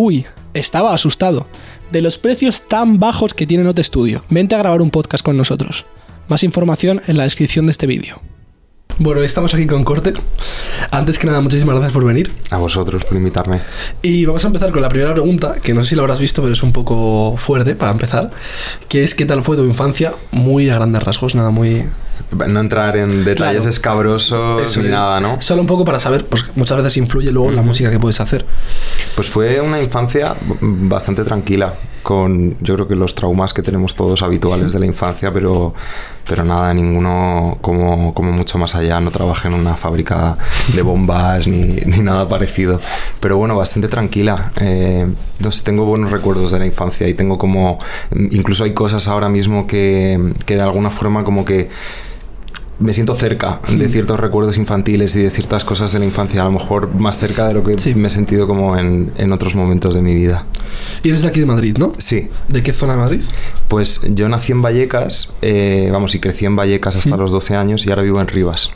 Uy, estaba asustado. De los precios tan bajos que tiene Note Studio. Vente a grabar un podcast con nosotros. Más información en la descripción de este vídeo. Bueno, estamos aquí con Corte. Antes que nada, muchísimas gracias por venir. A vosotros por invitarme. Y vamos a empezar con la primera pregunta, que no sé si lo habrás visto, pero es un poco fuerte para empezar, que es ¿qué tal fue tu infancia? Muy a grandes rasgos, nada muy... No entrar en detalles escabrosos eso ni es. Nada, ¿no? Solo un poco para saber, pues muchas veces influye luego en la música que puedes hacer. Pues fue una infancia bastante tranquila, con yo creo que los traumas que tenemos todos habituales de la infancia, pero nada, ninguno como mucho más allá. No trabajé en una fábrica de bombas ni nada parecido, pero bueno, bastante tranquila. No sé, tengo buenos recuerdos de la infancia y tengo como... Incluso hay cosas ahora mismo que de alguna forma como que me siento cerca de ciertos recuerdos infantiles y de ciertas cosas de la infancia, a lo mejor más cerca de lo que me he sentido como en otros momentos de mi vida. Y eres de aquí de Madrid, ¿no? Sí. ¿De qué zona de Madrid? Pues yo nací en Vallecas, y crecí en Vallecas hasta los 12 años y ahora vivo en Rivas.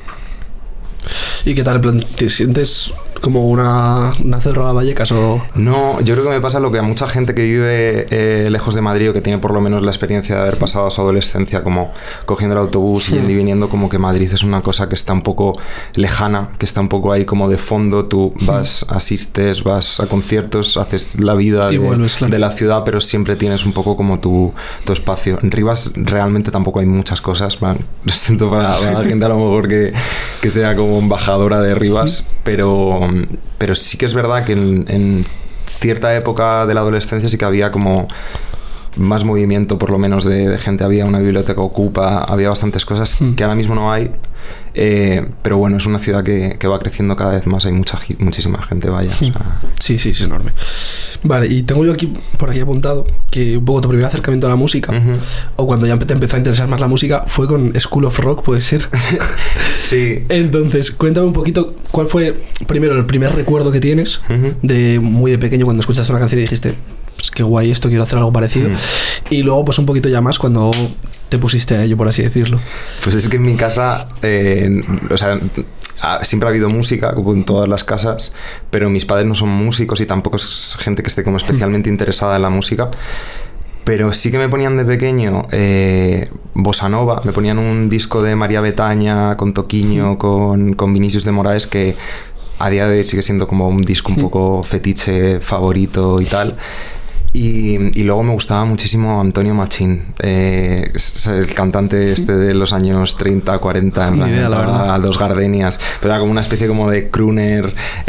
¿Y qué tal? ¿Te sientes como una cerrada Vallecas o...? No, yo creo que me pasa lo que a mucha gente que vive lejos de Madrid o que tiene por lo menos la experiencia de haber pasado su adolescencia como cogiendo el autobús yendo y viniendo, como que Madrid es una cosa que está un poco lejana, que está un poco ahí como de fondo. Tú vas, asistes, vas a conciertos, haces la vida de la ciudad, pero siempre tienes un poco como tu espacio. En Rivas realmente tampoco hay muchas cosas, lo siento para la gente a lo mejor que sea como embajadora de Rivas, pero sí que es verdad que en cierta época de la adolescencia sí que había como más movimiento, por lo menos de gente. Había una biblioteca ocupa, había bastantes cosas que ahora mismo no hay, pero bueno, es una ciudad que va creciendo cada vez más. Hay muchísima gente, vaya. O sea. Sí, es enorme. Vale, y tengo yo por aquí apuntado que un poco tu primer acercamiento a la música, o cuando ya te empezó a interesar más la música, fue con School of Rock, ¿puede ser? Sí. Entonces, cuéntame un poquito cuál fue primero el primer recuerdo que tienes de muy de pequeño cuando escuchaste una canción y dijiste, pues qué guay esto, quiero hacer algo parecido. Y luego pues un poquito ya más cuando te pusiste a ello, por así decirlo. Pues es que en mi casa, siempre ha habido música, como en todas las casas, pero mis padres no son músicos y tampoco es gente que esté como especialmente interesada en la música. Pero sí que me ponían de pequeño bossa nova, me ponían un disco de María Betaña con Toquiño, con Vinicius de Moraes, que a día de hoy sigue siendo como un disco un poco fetiche favorito y tal. Y luego me gustaba muchísimo Antonio Machín, es el cantante de los años 30, 40, en plan, a Los Gardenias, pero era como una especie como de crooner,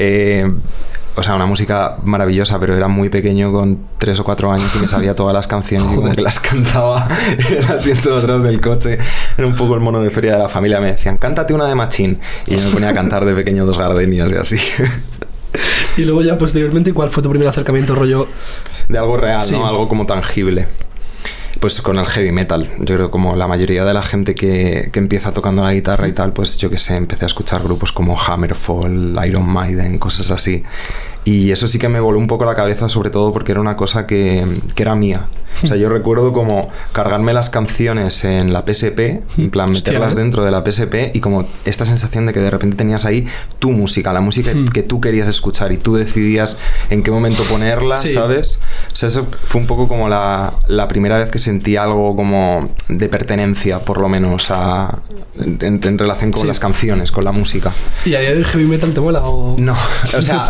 o sea, una música maravillosa, pero era muy pequeño, con 3 o 4 años, y me sabía todas las canciones y como que las cantaba en el asiento de atrás del coche. Era un poco el mono de feria de la familia. Me decían, cántate una de Machín, y yo me ponía a cantar de pequeño Dos Gardenias y así. Y luego ya posteriormente, ¿cuál fue tu primer acercamiento rollo? De algo real, ¿no? Algo como tangible. Pues con el heavy metal. Yo creo como la mayoría de la gente que empieza tocando la guitarra y tal, pues yo que sé, empecé a escuchar grupos como Hammerfall, Iron Maiden, cosas así. Y eso sí que me voló un poco la cabeza, sobre todo porque era una cosa que era mía. O sea, yo recuerdo como cargarme las canciones en la PSP, en plan meterlas dentro de la PSP, y como esta sensación de que de repente tenías ahí tu música, la música que tú querías escuchar y tú decidías en qué momento ponerla, ¿sabes? O sea, eso fue un poco como la primera vez que sentí algo como de pertenencia, por lo menos, en relación con las canciones, con la música. ¿Y a día de heavy metal te mola o...? No, o sea...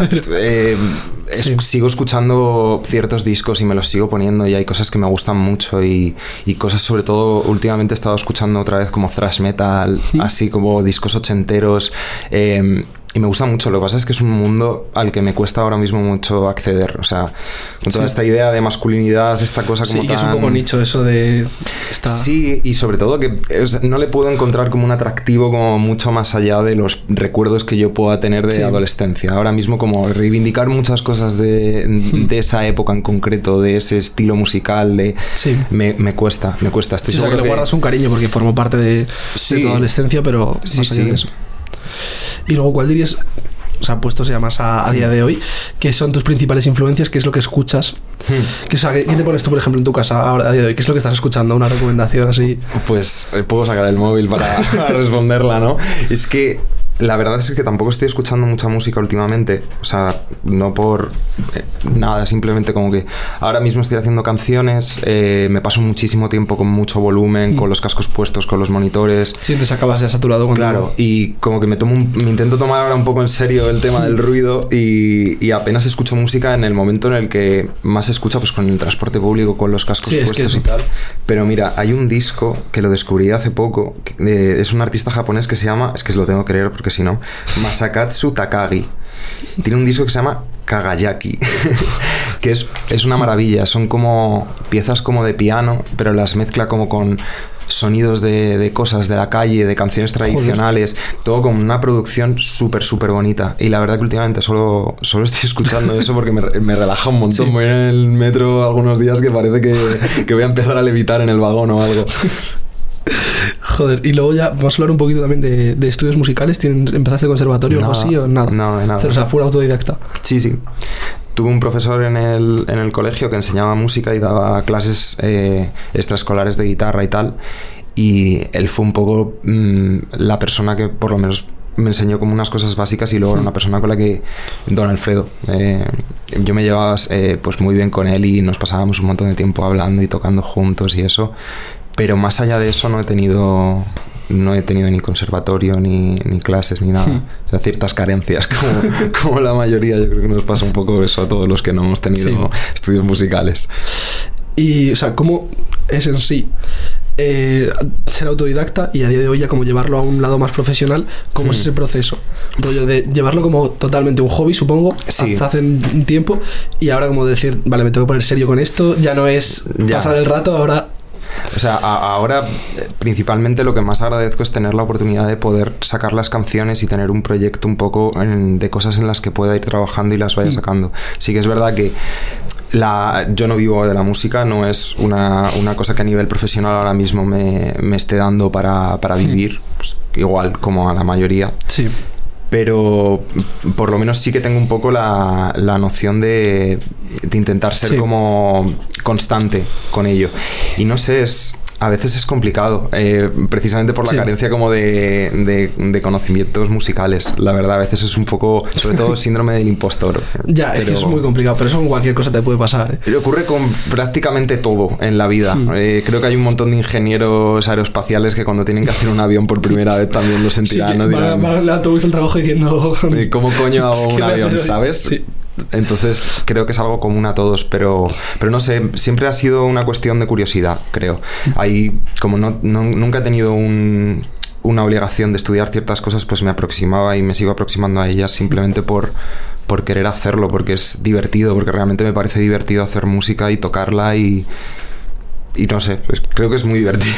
sigo escuchando ciertos discos y me los sigo poniendo, y hay cosas que me gustan mucho y cosas, sobre todo últimamente he estado escuchando otra vez como thrash metal, así como discos ochenteros, y me gusta mucho. Lo que pasa es que es un mundo al que me cuesta ahora mismo mucho acceder, o sea, con toda esta idea de masculinidad, esta cosa como que es un poco nicho eso de... Sí, y sobre todo que no le puedo encontrar como un atractivo como mucho más allá de los recuerdos que yo pueda tener de adolescencia. Ahora mismo como reivindicar muchas cosas de esa época en concreto, de ese estilo musical, me cuesta. Estoy seguro que le guardas un cariño porque formó parte de tu adolescencia, pero más allá de eso. Y luego, ¿cuál dirías, o sea, puestos ya más a día de hoy, qué son tus principales influencias? ¿Qué es lo que escuchas? O sea, ¿qué te pones tú, por ejemplo, en tu casa ahora, a día de hoy? ¿Qué es lo que estás escuchando? Una recomendación así. Pues puedo sacar el móvil para responderla, ¿no? Es que La verdad es que tampoco estoy escuchando mucha música últimamente, o sea, no por nada, simplemente como que ahora mismo estoy haciendo canciones, me paso muchísimo tiempo con mucho volumen, con los cascos puestos, con los monitores. Sí, entonces acabas ya saturado con Claro, y como que me intento tomar ahora un poco en serio el tema del ruido y apenas escucho música en el momento en el que más se escucha, pues con el transporte público, con los cascos puestos y tal. Pero mira, hay un disco que lo descubrí hace poco, es un artista japonés que se llama, es que se lo tengo que creer porque si no, Masakatsu Takagi. Tiene un disco que se llama Kagayaki, que es una maravilla. Son como piezas como de piano, pero las mezcla como con sonidos de cosas de la calle, de canciones tradicionales. Joder. Todo con una producción súper bonita. Y la verdad que últimamente solo estoy escuchando eso porque me relaja un montón. Sí. Voy en el metro algunos días que parece que voy a empezar a levitar en el vagón o algo. Joder, y luego ya vamos a hablar un poquito también de estudios musicales. ¿Empezaste conservatorio o algo así o nada? No, de nada. O sea, fue autodidacta. Sí. Tuve un profesor en el colegio que enseñaba música y daba clases extraescolares de guitarra y tal. Y él fue un poco la persona que por lo menos me enseñó como unas cosas básicas y luego era una persona con la que... Don Alfredo. Yo me llevaba pues muy bien con él y nos pasábamos un montón de tiempo hablando y tocando juntos y eso. Pero más allá de eso no he tenido ni conservatorio, ni clases, ni nada. O sea, ciertas carencias, como la mayoría. Yo creo que nos pasa un poco eso a todos los que no hemos tenido estudios musicales. Y, o sea, ¿cómo es en sí ser autodidacta y a día de hoy ya como llevarlo a un lado más profesional? ¿Cómo es ese proceso? Rollo de llevarlo como totalmente un hobby, supongo, hace un tiempo, y ahora como decir, vale, me tengo que poner serio con esto, ya no es pasar el rato, ahora... O sea, ahora principalmente lo que más agradezco es tener la oportunidad de poder sacar las canciones y tener un proyecto un poco de cosas en las que pueda ir trabajando y las vaya sacando. Sí que es verdad que yo no vivo de la música, no es una cosa que a nivel profesional ahora mismo me esté dando para vivir, pues, igual como a la mayoría. Sí. Pero por lo menos sí que tengo un poco la noción de intentar ser como constante con ello. Y no sé, a veces es complicado, precisamente por la carencia como de conocimientos musicales. La verdad, a veces es un poco, sobre todo, síndrome del impostor. Ya, es que es muy complicado, pero eso con cualquier cosa te puede pasar. Ocurre con prácticamente todo en la vida. Creo que hay un montón de ingenieros aeroespaciales que cuando tienen que hacer un avión por primera vez también lo sentirán. Sí, ¿no? Dirán, van al autobús al trabajo diciendo... ¿Cómo coño hago un avión, sabes? Sí. Entonces creo que es algo común a todos, pero no sé, siempre ha sido una cuestión de curiosidad, creo. Ahí, como nunca he tenido una obligación de estudiar ciertas cosas, pues me aproximaba y me sigo aproximando a ellas simplemente por querer hacerlo, porque es divertido, porque realmente me parece divertido hacer música y tocarla y no sé, pues creo que es muy divertido.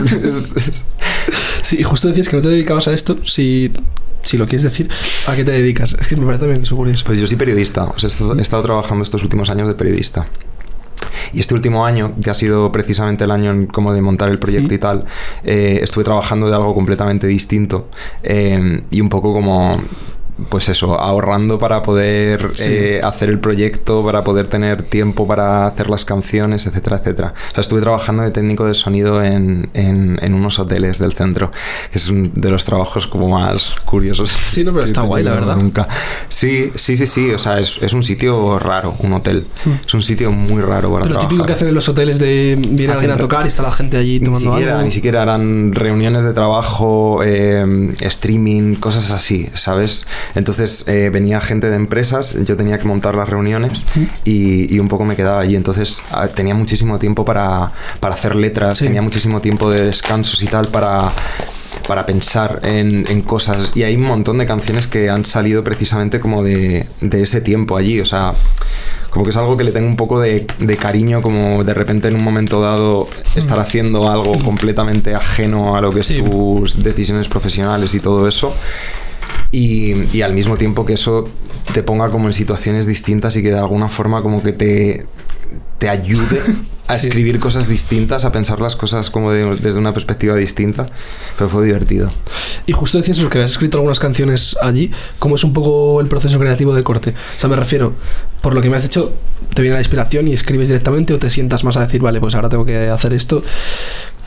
Sí, y justo decías que no te dedicabas a esto, si lo quieres decir, ¿a qué te dedicas? Es que me parece también eso curioso. Pues yo soy periodista, o sea, he estado trabajando estos últimos años de periodista. Y este último año, que ha sido precisamente el año como de montar el proyecto y tal, estuve trabajando de algo completamente distinto y un poco como... Pues eso, ahorrando para poder hacer el proyecto, para poder tener tiempo para hacer las canciones, etcétera, etcétera. O sea, estuve trabajando de técnico de sonido en unos hoteles del centro, que es uno de los trabajos como más curiosos. Sí, no, pero está guay, la verdad. Nunca. Sí. O sea, es un sitio raro, un hotel. Es un sitio muy raro para trabajar. Pero típico que hacen en los hoteles de viene alguien a tocar y está la gente allí tomando algo. Ni siquiera eran reuniones de trabajo, streaming, cosas así, ¿sabes? Entonces venía gente de empresas, yo tenía que montar las reuniones y un poco me quedaba allí. Entonces tenía muchísimo tiempo para hacer letras, tenía muchísimo tiempo de descansos y tal para pensar en cosas. Y hay un montón de canciones que han salido precisamente como de ese tiempo allí. O sea, como que es algo que le tengo un poco de cariño, como de repente en un momento dado estar haciendo algo completamente ajeno a lo que es tus decisiones profesionales y todo eso. Y al mismo tiempo que eso te ponga como en situaciones distintas y que de alguna forma como que te ayude a escribir cosas distintas, a pensar las cosas como desde una perspectiva distinta. Pero fue divertido. Y justo decías eso, que habías escrito algunas canciones allí. ¿Cómo es un poco el proceso creativo del corte? O sea, me refiero, por lo que me has dicho, ¿te viene la inspiración y escribes directamente o te sientas más a decir, vale, pues ahora tengo que hacer esto?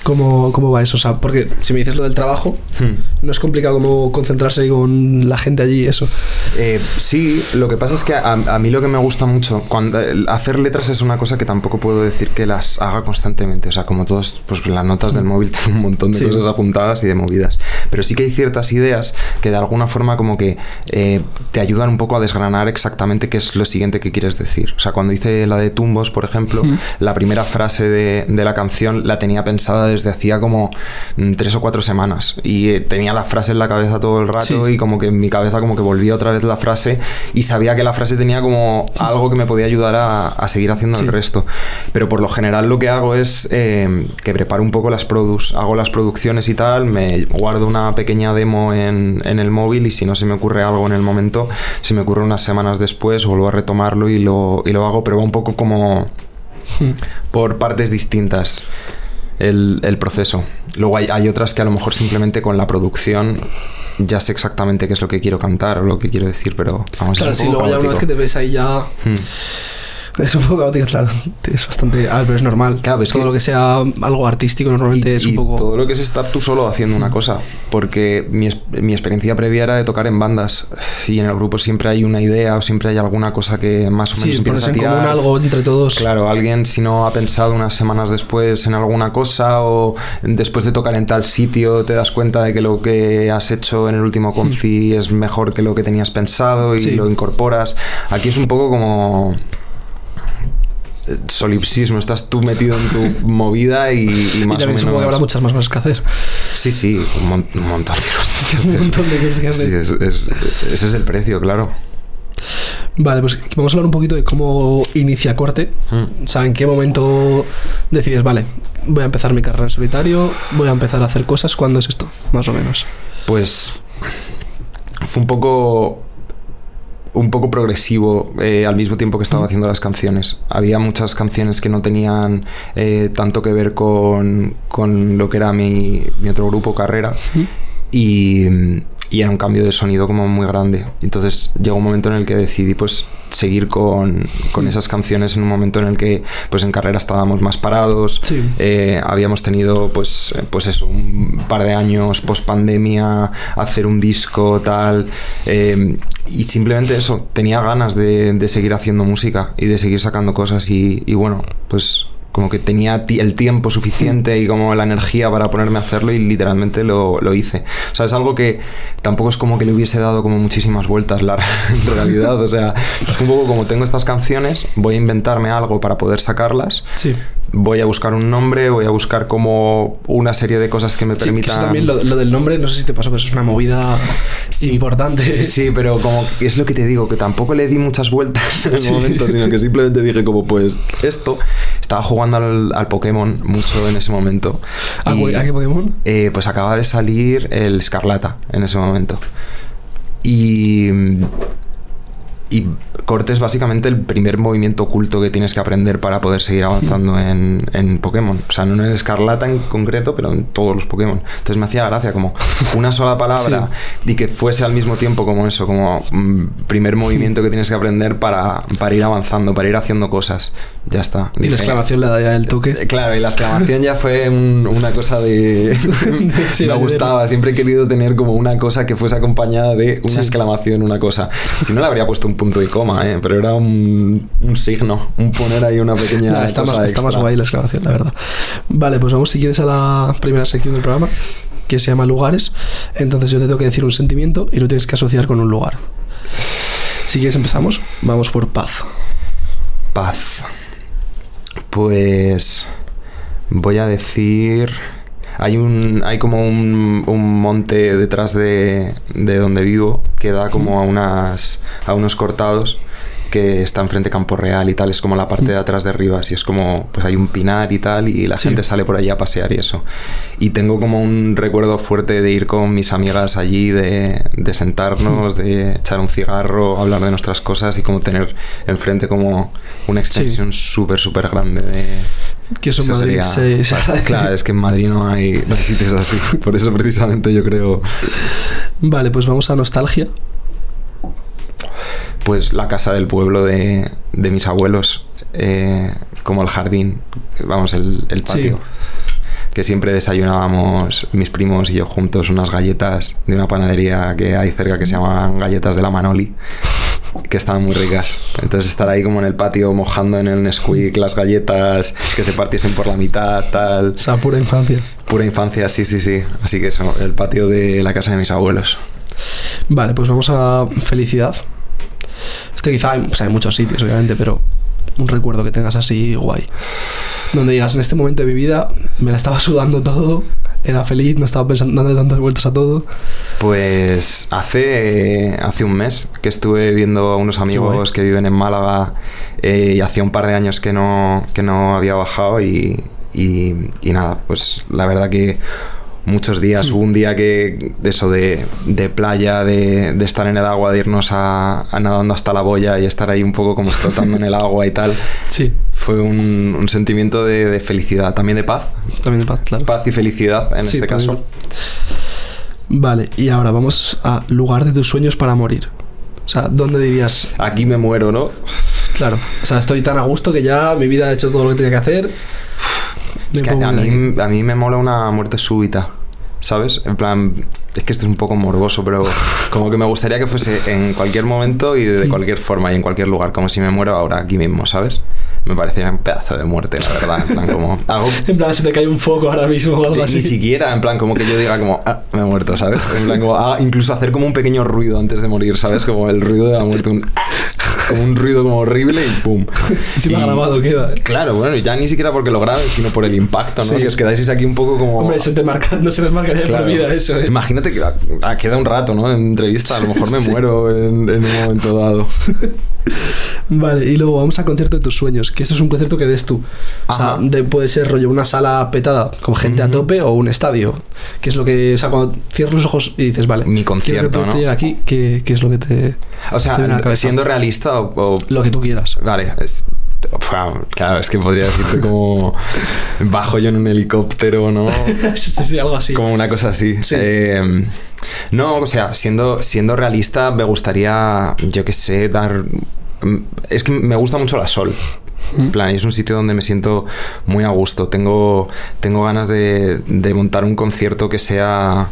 ¿Cómo va eso? O sea, porque si me dices lo del trabajo, ¿no es complicado como concentrarse con la gente allí y eso? Sí, lo que pasa es que a mí lo que me gusta mucho, cuando hacer letras es una cosa que tampoco puedo decir que las haga constantemente. O sea, como todos, pues las notas del móvil tienen un montón de cosas apuntadas y de movidas. Pero sí que hay ciertas ideas que de alguna forma como que te ayudan un poco a desgranar exactamente qué es lo siguiente que quieres decir. O sea, cuando hice la de Tumbos, por ejemplo, la primera frase de la canción la tenía pensada desde hacía como 3 o 4 semanas y tenía la frase en la cabeza todo el rato y como que en mi cabeza como que volvía otra vez la frase y sabía que la frase tenía como algo que me podía ayudar a seguir haciendo el resto. Pero por lo general lo que hago es que preparo un poco las hago las producciones y tal, me guardo una pequeña demo en el móvil y si no se me ocurre algo en el momento, se me ocurre unas semanas después, vuelvo a retomarlo y lo hago, pero va un poco como por partes distintas el proceso. Luego hay otras que a lo mejor simplemente con la producción ya sé exactamente qué es lo que quiero cantar o lo que quiero decir, pero vamos, claro, si luego ya una vez que te ves ahí ya es un poco caótico, claro, es bastante... pero es normal, claro, es todo lo que sea algo artístico normalmente es un poco... todo lo que es estar tú solo haciendo una cosa, porque mi experiencia previa era de tocar en bandas y en el grupo siempre hay una idea o siempre hay alguna cosa que más o menos empiezas a tirar. En común algo entre todos. Claro, alguien si no ha pensado unas semanas después en alguna cosa o después de tocar en tal sitio te das cuenta de que lo que has hecho en el último conci es mejor que lo que tenías pensado y lo incorporas. Aquí es un poco como... solipsismo, estás tú metido en tu movida y más o menos... Y también supongo que habrá muchas más cosas que hacer. Sí, un montón de cosas que hacer. Un montón de cosas que hacer. Sí, ese es el precio, claro. Vale, pues vamos a hablar un poquito de cómo inicia Corte. O sea, en qué momento decides, vale, voy a empezar mi carrera en solitario, voy a empezar a hacer cosas. ¿Cuándo es esto, más o menos? Pues fue un poco progresivo al mismo tiempo que estaba haciendo las canciones. Había muchas canciones que no tenían tanto que ver con lo que era mi otro grupo, Carrera, y era un cambio de sonido como muy grande. Entonces llegó un momento en el que decidí pues seguir con esas canciones en un momento en el que pues en Carrera estábamos más parados. Habíamos tenido pues eso, un par de años post pandemia, hacer un disco tal, y simplemente eso, tenía ganas de seguir haciendo música y de seguir sacando cosas y bueno, pues como que tenía el tiempo suficiente y como la energía para ponerme a hacerlo y literalmente lo hice. O sea, es algo que tampoco es como que le hubiese dado como muchísimas vueltas en realidad. O sea, es un poco como tengo estas canciones, voy a inventarme algo para poder sacarlas. Voy a buscar un nombre, voy a buscar como una serie de cosas que me permitan... Que también lo del nombre, no sé si te pasó, pero es una movida importante. Sí, pero como es lo que te digo, que tampoco le di muchas vueltas en el momento, sino que simplemente dije como pues esto. Estaba jugando al Pokémon mucho en ese momento. ¿A qué Pokémon? Pues acaba de salir el Escarlata en ese momento. Y Corte es básicamente el primer movimiento oculto que tienes que aprender para poder seguir avanzando en Pokémon. O sea, no en el Escarlata en concreto, pero en todos los Pokémon. Entonces me hacía gracia como una sola palabra y que fuese al mismo tiempo como eso, como primer movimiento que tienes que aprender para ir avanzando, para ir haciendo cosas. Ya está. Y la exclamación le da ya el toque. Claro, y la exclamación ya fue una cosa de... me gustaba, siempre he querido tener como una cosa que fuese acompañada de una exclamación, una cosa. Si no le habría puesto un punto y coma, pero era un signo, un poner ahí una pequeña está más guay la exclamación, la verdad. Vale, pues vamos si quieres a la primera sección del programa, que se llama Lugares. Entonces yo te tengo que decir un sentimiento y lo tienes que asociar con un lugar. Si quieres empezamos, vamos por paz. Pues voy a decir... Hay como un monte detrás de donde vivo que da como a unos cortados que está enfrente Campo Real y tal, es como la parte de atrás de Rivas y es como, pues hay un pinar y tal y la gente sale por allí a pasear y eso. Y tengo como un recuerdo fuerte de ir con mis amigas allí, de sentarnos, de echar un cigarro, hablar de nuestras cosas y como tener enfrente como una extensión súper grande de... Que eso en Madrid Claro, es que en Madrid no hay sitios así. Por eso precisamente yo creo... Vale, pues vamos a nostalgia. Pues la casa del pueblo de mis abuelos, como el jardín, vamos, el patio. que siempre desayunábamos mis primos y yo juntos unas galletas de una panadería que hay cerca que se llaman Galletas de la Manoli, que estaban muy ricas. Entonces estar ahí como en el patio mojando en el Nesquik las galletas que se partiesen por la mitad, tal. O sea, pura infancia. Pura infancia, sí. Así que eso, el patio de la casa de mis abuelos. Vale, pues vamos a felicidad. Quizá hay muchos sitios, obviamente, pero un recuerdo que tengas así guay. Donde digas, en este momento de mi vida me la estaba sudando todo, era feliz, no estaba pensando, dando tantas vueltas a todo. Pues hace un mes que estuve viendo a unos amigos que viven en Málaga y hacía un par de años que no había bajado y nada, pues la verdad que muchos días. Hubo un día que de playa, de estar en el agua, de irnos a nadando hasta la boya y estar ahí un poco como flotando en el agua y tal. Sí. Fue un sentimiento de felicidad, también de paz. También de paz, claro. Paz y felicidad en este caso. Vale, y ahora vamos a lugar de tus sueños para morir. O sea, ¿dónde dirías? Aquí me muero, ¿no? Claro, o sea, estoy tan a gusto que ya mi vida ha hecho todo lo que tenía que hacer. Es que a mí me mola una muerte súbita, ¿sabes? En plan, es que esto es un poco morboso, pero como que me gustaría que fuese en cualquier momento y de cualquier forma y en cualquier lugar, como si me muero ahora aquí mismo, ¿sabes? Me parecería un pedazo de muerte, la verdad. En plan, como algo... En plan, se te cae un foco ahora mismo o algo así. Ni siquiera, en plan, como que yo diga como, me he muerto, ¿sabes? En plan, como, incluso hacer como un pequeño ruido antes de morir, ¿sabes? Como el ruido de la muerte, como un ruido como horrible y ¡pum! Encima grabado queda, ¿eh? Claro, bueno, ya ni siquiera porque lo graben, sino por el impacto, ¿no? Sí. Que os quedáis aquí un poco como... Hombre, eso te marca, no se les marcaría por vida eso, ¿eh? Imagínate que queda un rato, ¿no? En entrevista, a lo mejor me muero en un momento dado. Vale, y luego vamos al concierto de tus sueños, que esto es un concierto que des tú. O sea, puede ser rollo una sala petada con gente a tope o un estadio, que es lo que, o sea, cuando cierras los ojos y dices, vale, mi concierto, ¿no? Aquí, ¿qué es lo que te... O sea, te siendo realista o... Lo que tú quieras. Vale, claro, es que podría decirte como bajo yo en un helicóptero, ¿no? Sí, algo así. Como una cosa así. Sí. No, o sea, siendo realista, me gustaría, yo qué sé, dar... Es que me gusta mucho la Sol. En plan, es un sitio donde me siento muy a gusto. Tengo ganas de montar un concierto que sea...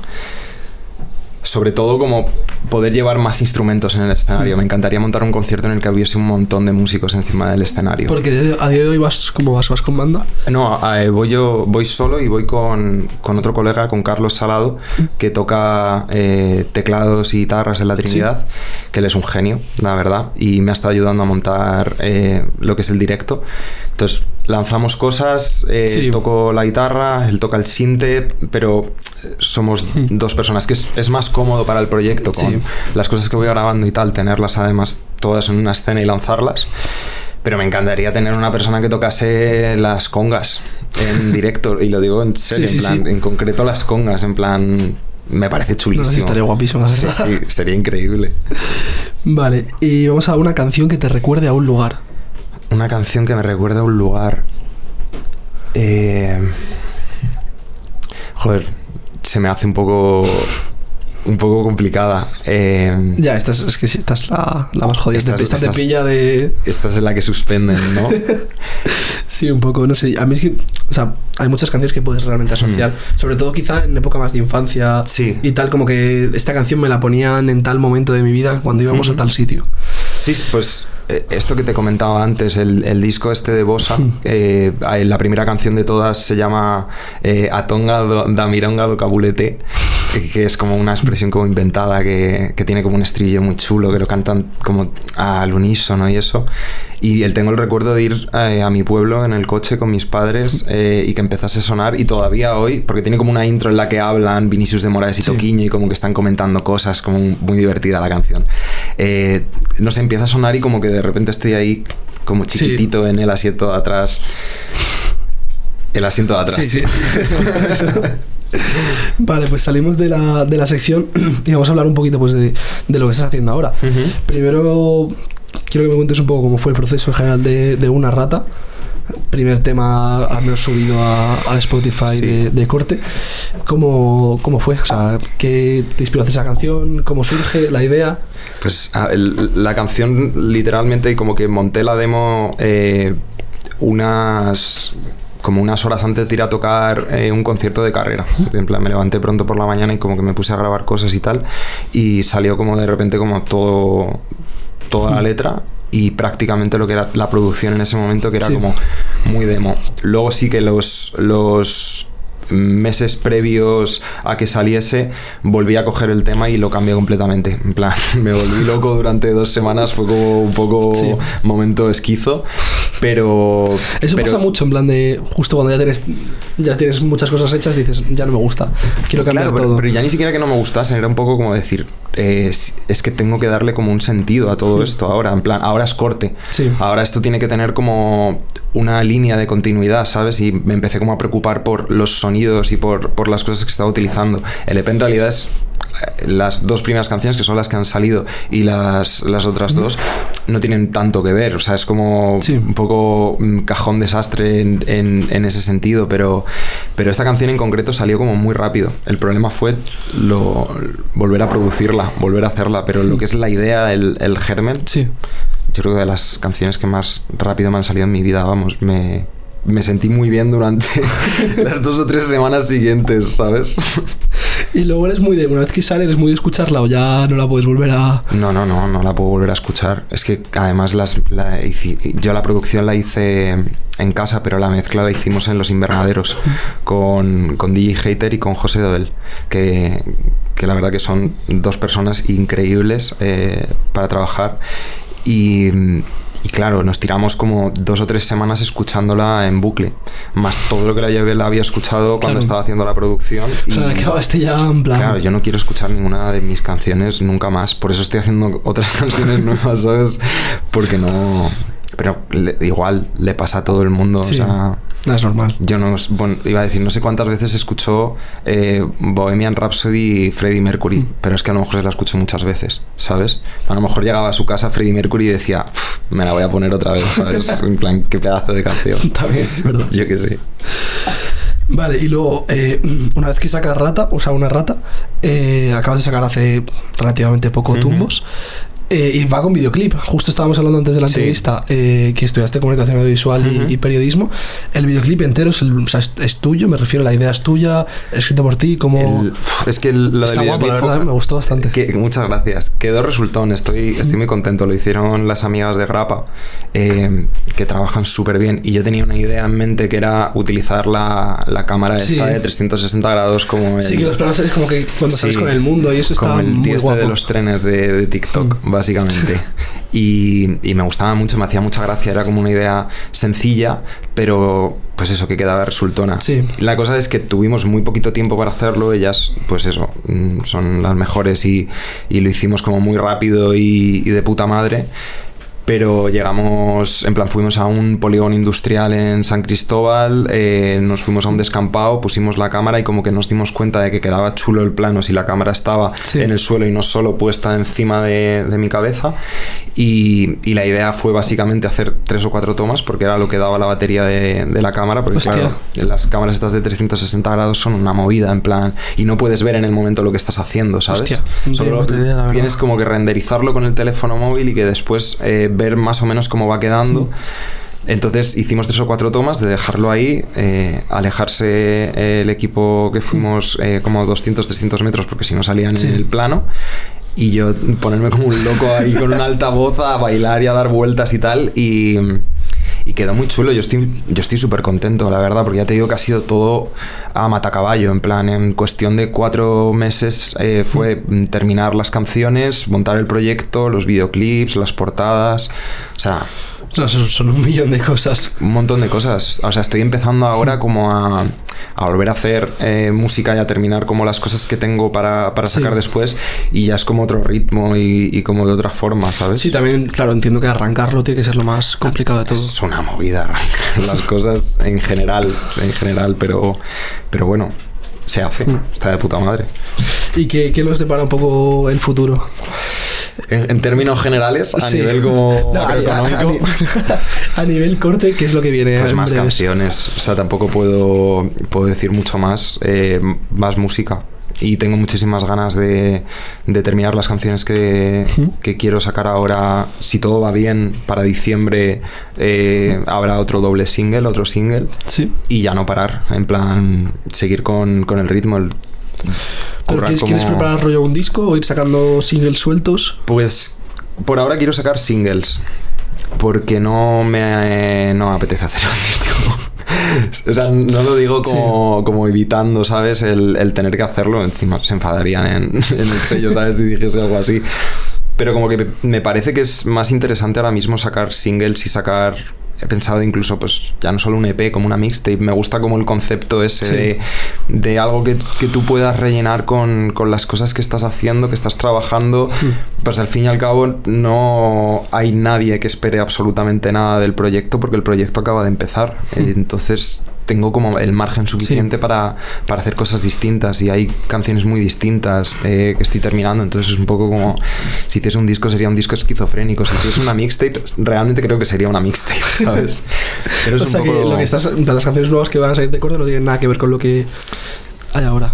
Sobre todo como poder llevar más instrumentos en el escenario. Me encantaría montar un concierto en el que hubiese un montón de músicos encima del escenario. Porque a día de hoy vas con banda. No, voy solo y voy con otro colega, con Carlos Salado, que toca teclados y guitarras en la Trinidad, que él es un genio, la verdad, y me ha estado ayudando a montar lo que es el directo. Entonces lanzamos cosas, toco la guitarra, él toca el sinte, pero somos dos personas, que es más cómodo para el proyecto con las cosas que voy grabando y tal, tenerlas además todas en una escena y lanzarlas. Pero me encantaría tener una persona que tocase las congas en directo, y lo digo en serio, en concreto las congas, en plan... Me parece chulísimo. No, estaría guapísimo. Sí, sería increíble. Vale, y vamos a una canción que te recuerde a un lugar. Una canción que me recuerde a un lugar. Joder, se me hace un poco complicada. Ya, esta es la más jodida. Esta te pilla de... Esta es la que suspenden, ¿no? Sí, un poco, no sé. A mí es que... O sea, hay muchas canciones que puedes realmente asociar. Sobre todo quizá en época más de infancia. Sí. Y tal, como que esta canción me la ponían en tal momento de mi vida cuando íbamos a tal sitio. Sí, pues... Esto que te comentaba antes, el disco este de Bossa, la primera canción de todas se llama Atonga da Mironga do Cabulete, que es como una expresión como inventada, que tiene como un estribillo muy chulo, que lo cantan como al unísono y eso. Y tengo el recuerdo de ir a mi pueblo en el coche con mis padres y que empezase a sonar, y todavía hoy, porque tiene como una intro en la que hablan Vinicius de Moraes y Toquiño y como que están comentando cosas, como muy divertida la canción. No sé, empieza a sonar y como que de repente estoy ahí como chiquitito en el asiento de atrás. El asiento de atrás. Sí. Eso. Vale, pues salimos de la sección y vamos a hablar un poquito pues de lo que estás haciendo ahora. Primero quiero que me cuentes un poco cómo fue el proceso en general de Una Rata. Primer tema al menos subido a Spotify de corte. ¿Cómo fue? O sea, ¿qué te inspiró a hacer esa canción? ¿Cómo surge la idea? Pues la canción literalmente, como que monté la demo unas como unas horas antes de ir a tocar un concierto de carrera. En plan, me levanté pronto por la mañana y como que me puse a grabar cosas y tal, y salió como de repente como toda la letra y prácticamente lo que era la producción en ese momento, que era como muy demo. Luego sí que los meses previos a que saliese volví a coger el tema y lo cambié completamente. En plan, me volví loco durante 2 semanas, fue como un poco momento esquizo, pero pasa mucho, en plan de justo cuando ya tienes muchas cosas hechas, dices, ya no me gusta, quiero cambiar todo. Pero ya ni siquiera que no me gustase, era un poco como decir, es que tengo que darle como un sentido a todo esto ahora, en plan, ahora es corte, ahora esto tiene que tener como una línea de continuidad, ¿sabes? Y me empecé como a preocupar por los sonidos y por las cosas que estaba utilizando. El EP en realidad es las 2 primeras canciones, que son las que han salido, y las otras 2 no tienen tanto que ver, o sea, es como un poco un cajón desastre en ese sentido, pero esta canción en concreto salió como muy rápido. El problema fue volver a producirla, volver a hacerla, pero lo que es la idea, el germen, yo creo que de las canciones que más rápido me han salido en mi vida, vamos, me sentí muy bien durante las 2 o 3 semanas siguientes, ¿sabes? Y luego eres muy de, una vez que sale, eres muy de escucharla, o ya no la puedes volver a... No la puedo volver a escuchar. Es que además yo la producción la hice en casa, pero la mezcla la hicimos en Los Invernaderos con DJ Hater y con José Dobel, que la verdad que son 2 personas increíbles para trabajar. Y claro, nos tiramos como 2 o 3 semanas escuchándola en bucle, más todo lo que la había escuchado cuando estaba haciendo la producción. O sea, acabaste ya en plan... Claro, yo no quiero escuchar ninguna de mis canciones nunca más, por eso estoy haciendo otras canciones nuevas, ¿sabes? Porque no... Pero igual le pasa a todo el mundo, o sea... No, es normal. Yo iba a decir, no sé cuántas veces escuchó Bohemian Rhapsody y Freddie Mercury, pero es que a lo mejor se la escucho muchas veces, ¿sabes? A lo mejor llegaba a su casa Freddie Mercury y decía, me la voy a poner otra vez, ¿sabes? En plan, qué pedazo de canción. También, es verdad. Yo qué sé. Vale, y luego, una vez que sacas Una Rata, acabas de sacar hace relativamente poco Tumbos. Y va con videoclip. Justo estábamos hablando antes de la entrevista que estudiaste comunicación audiovisual y periodismo. El videoclip entero es tuyo, me refiero, la idea es tuya, escrito por ti, como... Es que lo está del guapo, la verdad, me gustó bastante. Muchas gracias. Quedó resultón, estoy muy contento. Lo hicieron las amigas de Grappa, que trabajan súper bien, y yo tenía una idea en mente que era utilizar la cámara esta de 360 grados como que los planos es como que cuando sales con el mundo y eso está como el tío muy guapo. De los trenes de TikTok, básicamente. Y me gustaba mucho, me hacía mucha gracia, era como una idea sencilla, pero pues eso, que quedaba resultona. La cosa es que tuvimos muy poquito tiempo para hacerlo, ellas pues eso, son las mejores y lo hicimos como muy rápido y de puta madre. Pero llegamos, en plan, fuimos a un polígono industrial en San Cristóbal, nos fuimos a un descampado, pusimos la cámara y como que nos dimos cuenta de que quedaba chulo el plano si la cámara estaba en el suelo y no solo puesta encima de mi cabeza. Y la idea fue básicamente hacer 3 o 4 tomas, porque era lo que daba la batería de la cámara, porque claro, las cámaras estas de 360 grados son una movida, en plan, y no puedes ver en el momento lo que estás haciendo, ¿sabes? Solo tienes como que renderizarlo con el teléfono móvil y que después ver más o menos cómo va quedando. Entonces hicimos 3 o 4 tomas de dejarlo ahí, alejarse el equipo que fuimos como 200-300 metros, porque si no salían en el plano, y yo ponerme como un loco ahí con un altavoz a bailar y a dar vueltas y tal, y quedó muy chulo. Yo estoy súper contento, la verdad, porque ya te digo que ha sido todo a matacaballo, en plan, en cuestión de 4 meses fue terminar las canciones, montar el proyecto, los videoclips, las portadas, o sea... Son un millón de cosas. Un montón de cosas. O sea, estoy empezando ahora como a volver a hacer música y a terminar como las cosas que tengo para sacar después, y ya es como otro ritmo y como de otra forma, ¿sabes? Sí, también, claro, entiendo que arrancarlo tiene que ser lo más complicado de todo. Es una movida arrancar las cosas en general, pero bueno, se hace, está de puta madre. ¿Y qué nos depara un poco el futuro? En términos generales, a nivel como macroeconómico, a nivel corte, ¿qué es lo que viene? Pues más canciones, o sea, tampoco puedo decir mucho más. Más música, y tengo muchísimas ganas de terminar las canciones que quiero sacar ahora. Si todo va bien, para diciembre habrá otro single, sí, y ya no parar, en plan seguir con el ritmo. ¿Pero quieres preparar rollo un disco o ir sacando singles sueltos? Pues por ahora quiero sacar singles, porque no me apetece hacer un disco. O sea, no lo digo como evitando, ¿sabes? El tener que hacerlo. Encima se enfadarían en el sello, ¿sabes? Si dijese algo así. Pero como que me parece que es más interesante ahora mismo sacar singles y sacar... He pensado incluso, pues, ya no solo un EP, como una mixtape. Me gusta como el concepto ese de algo que tú puedas rellenar con las cosas que estás haciendo, que estás trabajando. Pues al fin y al cabo no hay nadie que espere absolutamente nada del proyecto, porque el proyecto acaba de empezar. Entonces tengo como el margen suficiente para hacer cosas distintas, y hay canciones muy distintas que estoy terminando. Entonces es un poco como, si hiciese un disco sería un disco esquizofrénico, si hiciese una mixtape realmente creo que sería una mixtape, ¿sabes? Pero es o sea, un poco... que lo que estás, las canciones nuevas que van a salir de corte no tienen nada que ver con lo que hay ahora.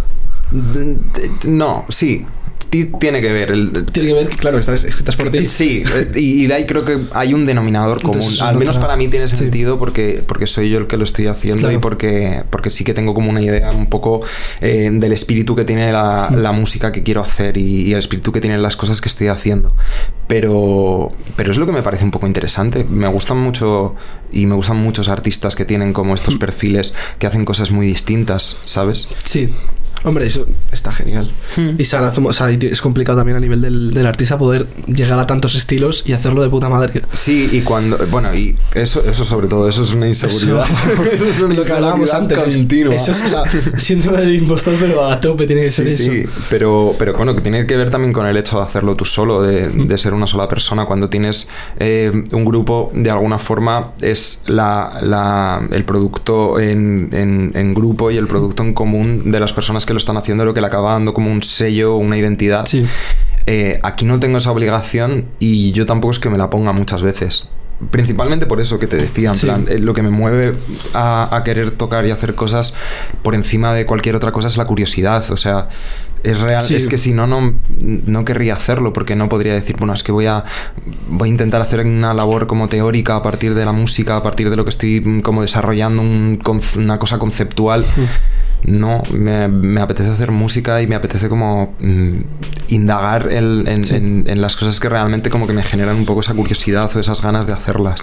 No, sí. Tiene que ver. Tiene que ver, claro, estás escritas por ti. Sí, y ahí creo que hay un denominador común. Entonces, al menos para mí tiene sentido, porque soy yo el que lo estoy haciendo, claro. Y porque sí que tengo como una idea un poco del espíritu que tiene la música que quiero hacer y el espíritu que tienen las cosas que estoy haciendo. Pero es lo que me parece un poco interesante. Me gustan mucho, y me gustan muchos artistas que tienen como estos perfiles que hacen cosas muy distintas, ¿sabes? Sí. Hombre, eso está genial. Y es complicado también a nivel del artista poder llegar a tantos estilos y hacerlo de puta madre. Sí, y cuando... Bueno, y eso sobre todo, eso es una inseguridad. Eso es una lo que hablábamos antes. Continua. Eso es, o sea, síndrome de impostor, pero a tope tiene que ser eso. Sí, pero bueno, que tiene que ver también con el hecho de hacerlo tú solo, de ser una sola persona. Cuando tienes un grupo, de alguna forma, es el producto en grupo y el producto en común de las personas que lo están haciendo, lo que le acaba dando como un sello, una identidad. Sí. Aquí no tengo esa obligación, y yo tampoco es que me la ponga muchas veces. Principalmente por eso que te decía, en plan, lo que me mueve a querer tocar y hacer cosas por encima de cualquier otra cosa es la curiosidad. O sea, es real, es que si no querría hacerlo, porque no podría decir, bueno, es que voy a intentar hacer una labor como teórica a partir de la música, a partir de lo que estoy como desarrollando una cosa conceptual. No, me apetece hacer música y me apetece como indagar en las cosas que realmente como que me generan un poco esa curiosidad o esas ganas de hacerlas.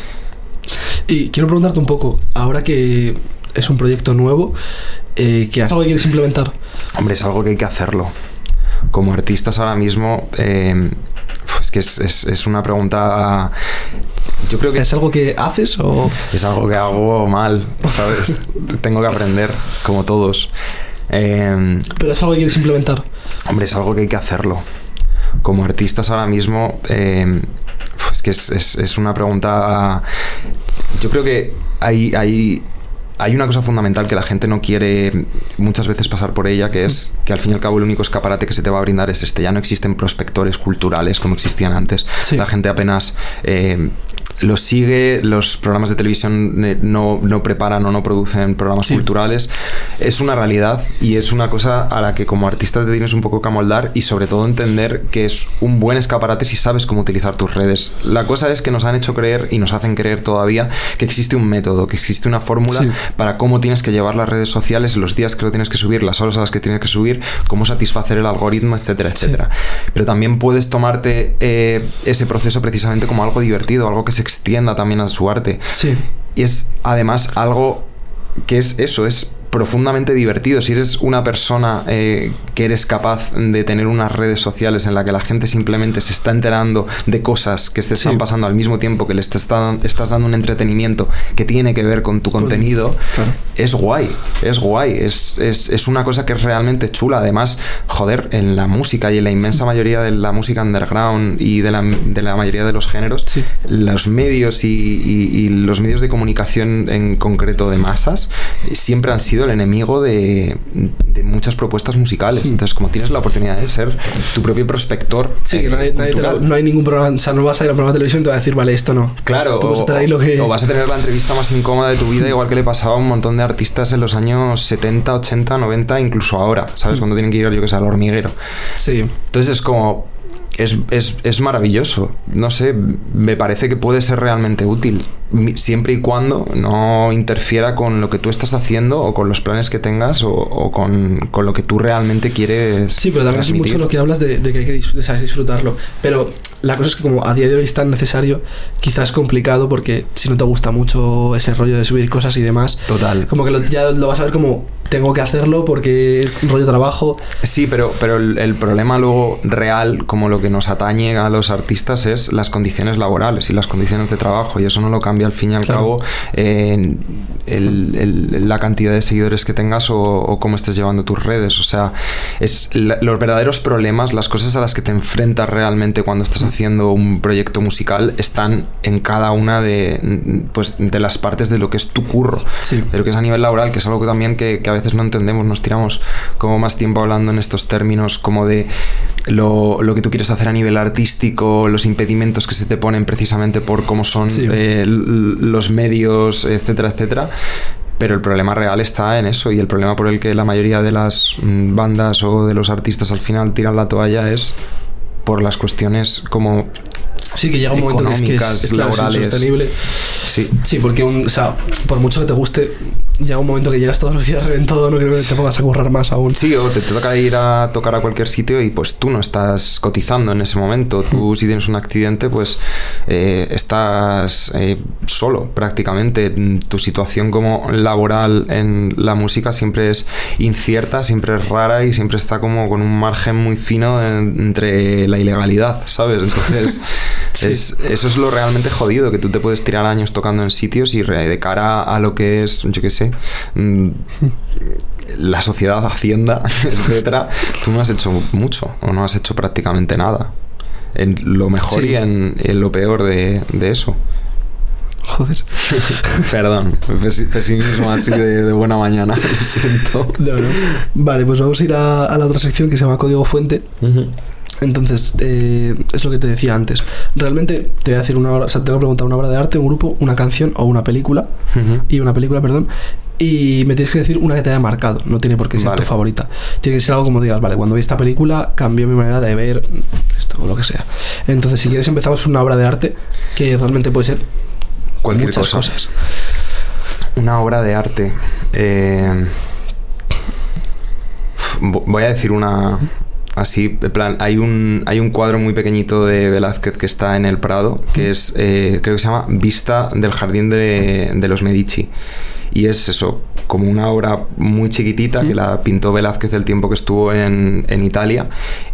Y quiero preguntarte un poco, ahora que es un proyecto nuevo, ¿qué algo que quieres implementar? Hombre, es algo que hay que hacerlo. Como artistas ahora mismo, pues que es una pregunta... Yo creo que ¿es algo que haces o...? Es algo que hago mal, ¿sabes? Tengo que aprender, como todos. ¿Pero es algo que quieres implementar? Hombre, es algo que hay que hacerlo. Como artistas ahora mismo, pues que es una pregunta... Yo creo que hay una cosa fundamental que la gente no quiere muchas veces pasar por ella, que es que al fin y al cabo el único escaparate que se te va a brindar es este. Ya no existen prospectores culturales como existían antes. Sí. La gente apenas los sigue, los programas de televisión no preparan o no producen programas culturales. Es una realidad, y es una cosa a la que como artista te tienes un poco que amoldar, y sobre todo entender que es un buen escaparate si sabes cómo utilizar tus redes. La cosa es que nos han hecho creer, y nos hacen creer todavía, que existe un método, que existe una fórmula para cómo tienes que llevar las redes sociales, los días que lo tienes que subir, las horas a las que tienes que subir, cómo satisfacer el algoritmo, etcétera, etcétera. Pero también puedes tomarte ese proceso precisamente como algo divertido, algo que se extienda también a su arte. Y es además algo que es eso, es profundamente divertido. Si eres una persona que eres capaz de tener unas redes sociales en la que la gente simplemente se está enterando de cosas que te están pasando al mismo tiempo que le estás dando un entretenimiento que tiene que ver con tu contenido, es guay, es una cosa que es realmente chula. Además, joder, en la música y en la inmensa mayoría de la música underground y de la mayoría de los géneros, los medios y los medios de comunicación en concreto de masas siempre han sido el enemigo de muchas propuestas musicales. Entonces, como tienes la oportunidad de ser tu propio prospector. Sí, que no hay ningún programa, o sea, no vas a ir a un programa de televisión y te va a decir, vale, esto no. Claro, o vas a tener la entrevista más incómoda de tu vida, igual que le pasaba a un montón de artistas en los años 70, 80, 90, incluso ahora, ¿sabes? Cuando tienen que ir, yo que sé, al hormiguero. Sí. Entonces es como... Es maravilloso. No sé, me parece que puede ser realmente útil, siempre y cuando no interfiera con lo que tú estás haciendo o con los planes que tengas o con lo que tú realmente quieres. Sí, pero también transmitir. es mucho lo que hablas de que hay que disfrutarlo. Pero la cosa es que como a día de hoy es tan necesario, quizás es complicado porque si no te gusta mucho ese rollo de subir cosas y demás, total, como que ya lo vas a ver como tengo que hacerlo porque rollo trabajo. Sí, pero el problema luego real, como lo que nos atañe a los artistas, es las condiciones laborales y las condiciones de trabajo, y eso no lo cambia al fin y al cabo la cantidad de seguidores que tengas o cómo estés llevando tus redes. O sea, los verdaderos problemas, las cosas a las que te enfrentas realmente cuando estás haciendo un proyecto musical, están en cada una de las partes de lo que es tu curro, de lo que es a nivel laboral, que es algo que también que a veces no entendemos. Nos tiramos como más tiempo hablando en estos términos como de lo que tú quieres hacer a nivel artístico, los impedimentos que se te ponen precisamente por cómo son los medios, etcétera, etcétera. Pero el problema real está en eso, y el problema por el que la mayoría de las bandas o de los artistas al final tiran la toalla es por las cuestiones como... Sí, que llega un momento que es laborales, insostenible. Sí, porque o sea, por mucho que te guste, llega un momento que llegas todos los días reventado, no creo que te pongas a currar más aún. Sí, o te toca ir a tocar a cualquier sitio y pues tú no estás cotizando en ese momento. Tú, si tienes un accidente, pues estás solo prácticamente. Tu situación como laboral en la música siempre es incierta, siempre es rara y siempre está como con un margen muy fino entre la ilegalidad, ¿sabes? Entonces... Sí. Eso es lo realmente jodido, que tú te puedes tirar años tocando en sitios y de cara a lo que es, yo qué sé, la sociedad, Hacienda, etcétera, tú no has hecho mucho o no has hecho prácticamente nada. En lo mejor y en lo peor de eso. Joder. Perdón, pesimismo así de buena mañana, lo siento. No. Vale, pues vamos a ir a la otra sección que se llama Código Fuente. Entonces, es lo que te decía antes. Realmente te voy a decir te voy a preguntar una obra de arte, un grupo, una canción o una película. Y una película, perdón. Y me tienes que decir una que te haya marcado. No tiene por qué ser tu favorita. Tiene que ser algo como digas, vale, cuando vi esta película cambió mi manera de ver esto o lo que sea. Entonces, si quieres, empezamos por una obra de arte que realmente puede ser cualquier muchas cosas. Una obra de arte. Voy a decir una... Así, en plan, hay un cuadro muy pequeñito de Velázquez que está en el Prado, que es, creo que se llama Vista del Jardín de los Medici. Y es eso, como una obra muy chiquitita que la pintó Velázquez el tiempo que estuvo en Italia.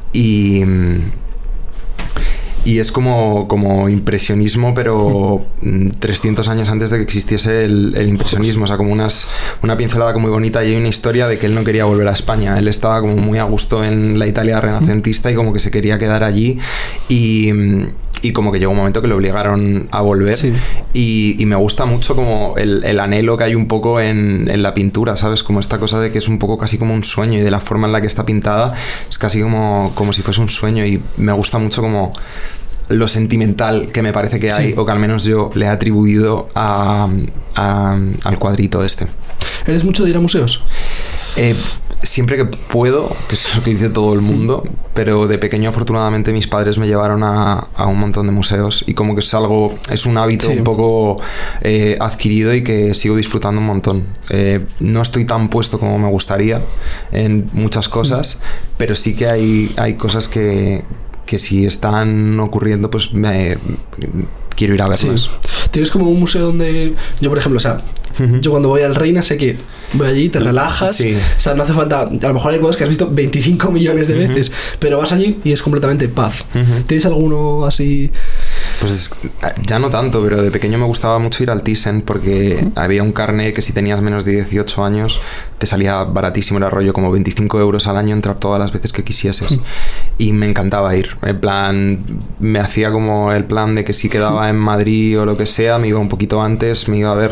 Y es como impresionismo, pero 300 años antes de que existiese el impresionismo. O sea, como una pincelada muy bonita. Y hay una historia de que él no quería volver a España. Él estaba como muy a gusto en la Italia renacentista y como que se quería quedar allí. Y como que llegó un momento que le obligaron a volver. Sí. Y me gusta mucho como el anhelo que hay un poco en la pintura, ¿sabes? Como esta cosa de que es un poco casi como un sueño, y de la forma en la que está pintada es casi como si fuese un sueño. Y me gusta mucho como lo sentimental que me parece que hay, o que al menos yo le he atribuido al cuadrito este. ¿Eres mucho de ir a museos? Siempre que puedo, que es lo que dice todo el mundo, pero de pequeño afortunadamente mis padres me llevaron a un montón de museos, y como que es un hábito un poco adquirido y que sigo disfrutando un montón. No estoy tan puesto como me gustaría en muchas cosas, pero sí que hay cosas que si están ocurriendo, pues quiero ir a verlas. Tienes como un museo donde yo, por ejemplo, o sea, yo cuando voy al Reina sé que voy allí, te relajas, o sea, no hace falta, a lo mejor hay cosas que has visto 25 millones de veces, pero vas allí y es completamente paz. ¿Tienes alguno así? Pues ya no tanto, pero de pequeño me gustaba mucho ir al Thyssen, porque había un carnet que si tenías menos de 18 años te salía baratísimo, era rollo como 25 euros al año entrar todas las veces que quisieses. Y me encantaba ir, en plan, me hacía como el plan de que si quedaba en Madrid o lo que sea, me iba un poquito antes, me iba a ver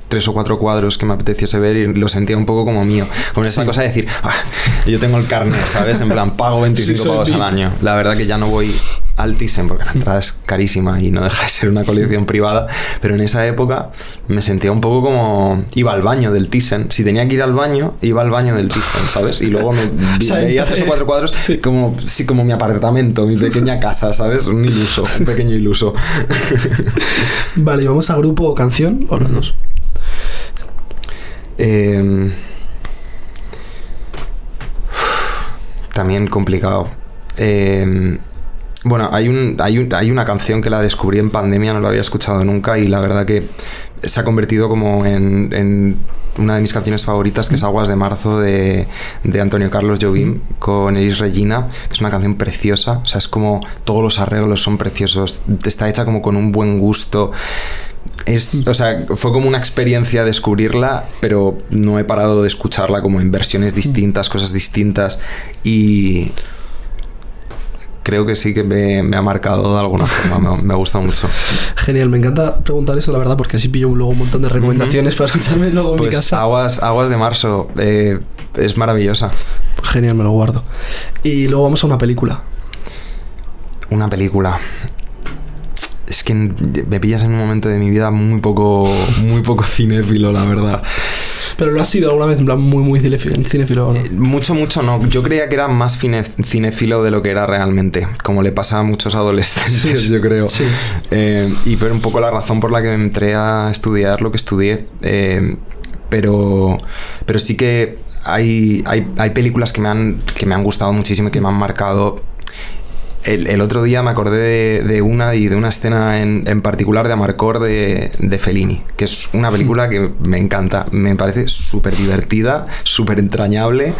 3 o 4 cuadros que me apeteciese ver y lo sentía un poco como mío. Con esta cosa de decir, yo tengo el carnet, ¿sabes? En plan, pago 25 pavos al año. La verdad que ya no voy al Thyssen porque la entrada es carísima y no deja de ser una colección privada, pero en esa época me sentía un poco como iba al baño del Thyssen. Si tenía que ir al baño, iba al baño del Thyssen, ¿sabes? Y luego me veía 3 o 4 cuadros como mi apartamento, mi pequeña casa, ¿sabes? Un pequeño iluso. Vale, ¿y vamos a grupo o canción o los dos? También complicado. Bueno, hay una canción que la descubrí en pandemia, no la había escuchado nunca y la verdad que se ha convertido como en una de mis canciones favoritas, que es Aguas de Marzo de Antonio Carlos Jobim con Elis Regina, que es una canción preciosa. O sea, es como todos los arreglos son preciosos, está hecha como con un buen gusto. O sea, fue como una experiencia descubrirla, pero no he parado de escucharla como en versiones distintas, cosas distintas, y creo que sí que me ha marcado de alguna forma, me gusta mucho. Genial, me encanta preguntar eso, la verdad, porque así pillo luego un montón de recomendaciones para escucharme luego en mi casa. Aguas de Marzo, es maravillosa. Pues genial, me lo guardo. Y luego vamos a una película. Una película. Es que me pillas en un momento de mi vida muy poco cinéfilo, la verdad. ¿Pero lo has sido alguna vez en plan muy cinéfilo? ¿No? Mucho no. Yo creía que era más cinéfilo de lo que era realmente, como le pasa a muchos adolescentes, sí, yo creo. Sí. Y fue un poco la razón por la que me entré a estudiar lo que estudié. Pero sí que hay películas que me han gustado muchísimo y que me han marcado. El otro día me acordé de una escena en particular de Amarcord de Fellini, que es una película que me encanta, me parece súper divertida, súper entrañable.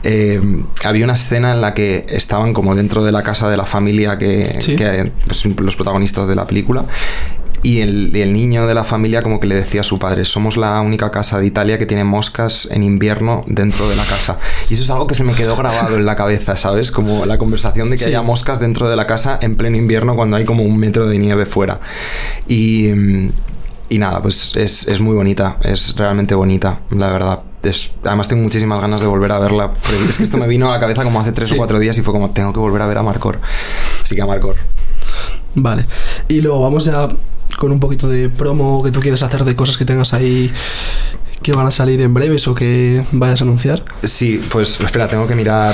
Había una escena en la que estaban como dentro de la casa de la familia que pues, los protagonistas de la película. Y el niño de la familia como que le decía a su padre: somos la única casa de Italia que tiene moscas en invierno dentro de la casa. Y eso es algo que se me quedó grabado en la cabeza, ¿sabes? Como la conversación de que haya moscas dentro de la casa en pleno invierno cuando hay como 1 metro de nieve fuera. Y nada, pues es muy bonita, es realmente bonita, la verdad. Además tengo muchísimas ganas de volver a verla. Es que esto me vino a la cabeza como hace 3 o 4 días y fue como, tengo que volver a ver a Amarcord. Así que Amarcord. Vale. Y luego vamos ya con un poquito de promo que tú quieres hacer de cosas que tengas ahí que van a salir en breves o que vayas a anunciar. Sí, pues espera, tengo que mirar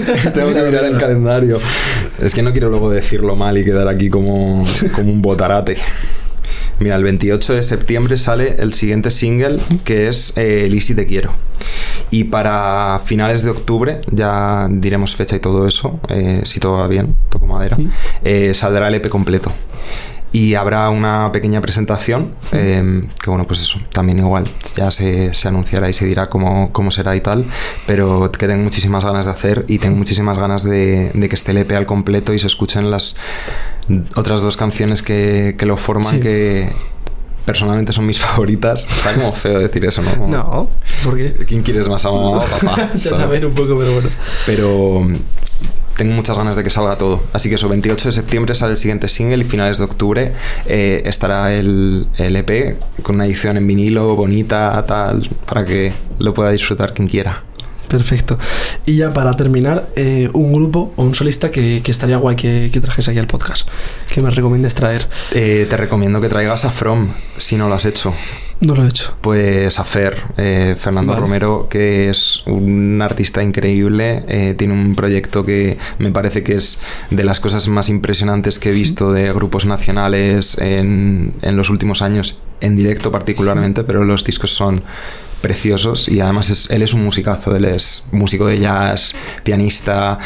el calendario. Es que no quiero luego decirlo mal y quedar aquí como un botarate. Mira, el 28 de septiembre sale el siguiente single, que es Lisi Te Quiero. Y para finales de octubre, ya diremos fecha y todo eso, si todo va bien, toco madera, saldrá el EP completo. Y habrá una pequeña presentación, que bueno, pues eso, también igual, ya se anunciará y se dirá cómo será y tal, pero que tengo muchísimas ganas de hacer y tengo muchísimas ganas de que esté el EP al completo y se escuchen las otras 2 canciones que lo forman, que personalmente son mis favoritas. Está como feo decir eso, ¿no? No, ¿por qué? ¿Quién quieres más, a mamá o papá? Yo también un poco, pero bueno. Pero tengo muchas ganas de que salga todo. Así que eso, 28 de septiembre sale el siguiente single y finales de octubre estará el EP con una edición en vinilo bonita, tal, para que lo pueda disfrutar quien quiera. Perfecto. Y ya para terminar, un grupo o un solista que estaría guay que trajes aquí al podcast, que me recomiendes traer. Te recomiendo que traigas a From, si no lo has hecho. No lo he hecho. Pues a Fernando Romero, que es un artista increíble, tiene un proyecto que me parece que es de las cosas más impresionantes que he visto de grupos nacionales en los últimos años, en directo particularmente, pero los discos son preciosos y además él es un musicazo, él es músico de jazz, pianista,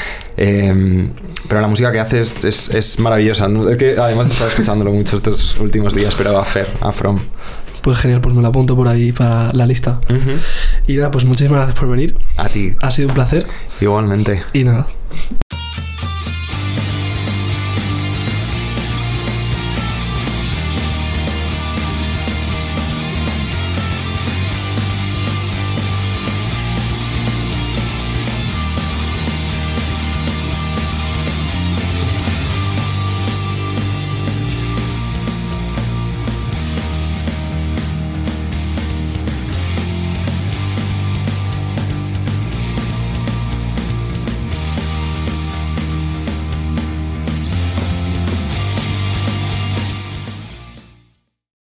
pero la música que hace es maravillosa, ¿no? Es que además he estado escuchándolo mucho estos últimos días, pero a From. Pues genial, pues me lo apunto por ahí para la lista. Y nada, pues muchísimas gracias por venir. A ti. Ha sido un placer. Igualmente. Y nada,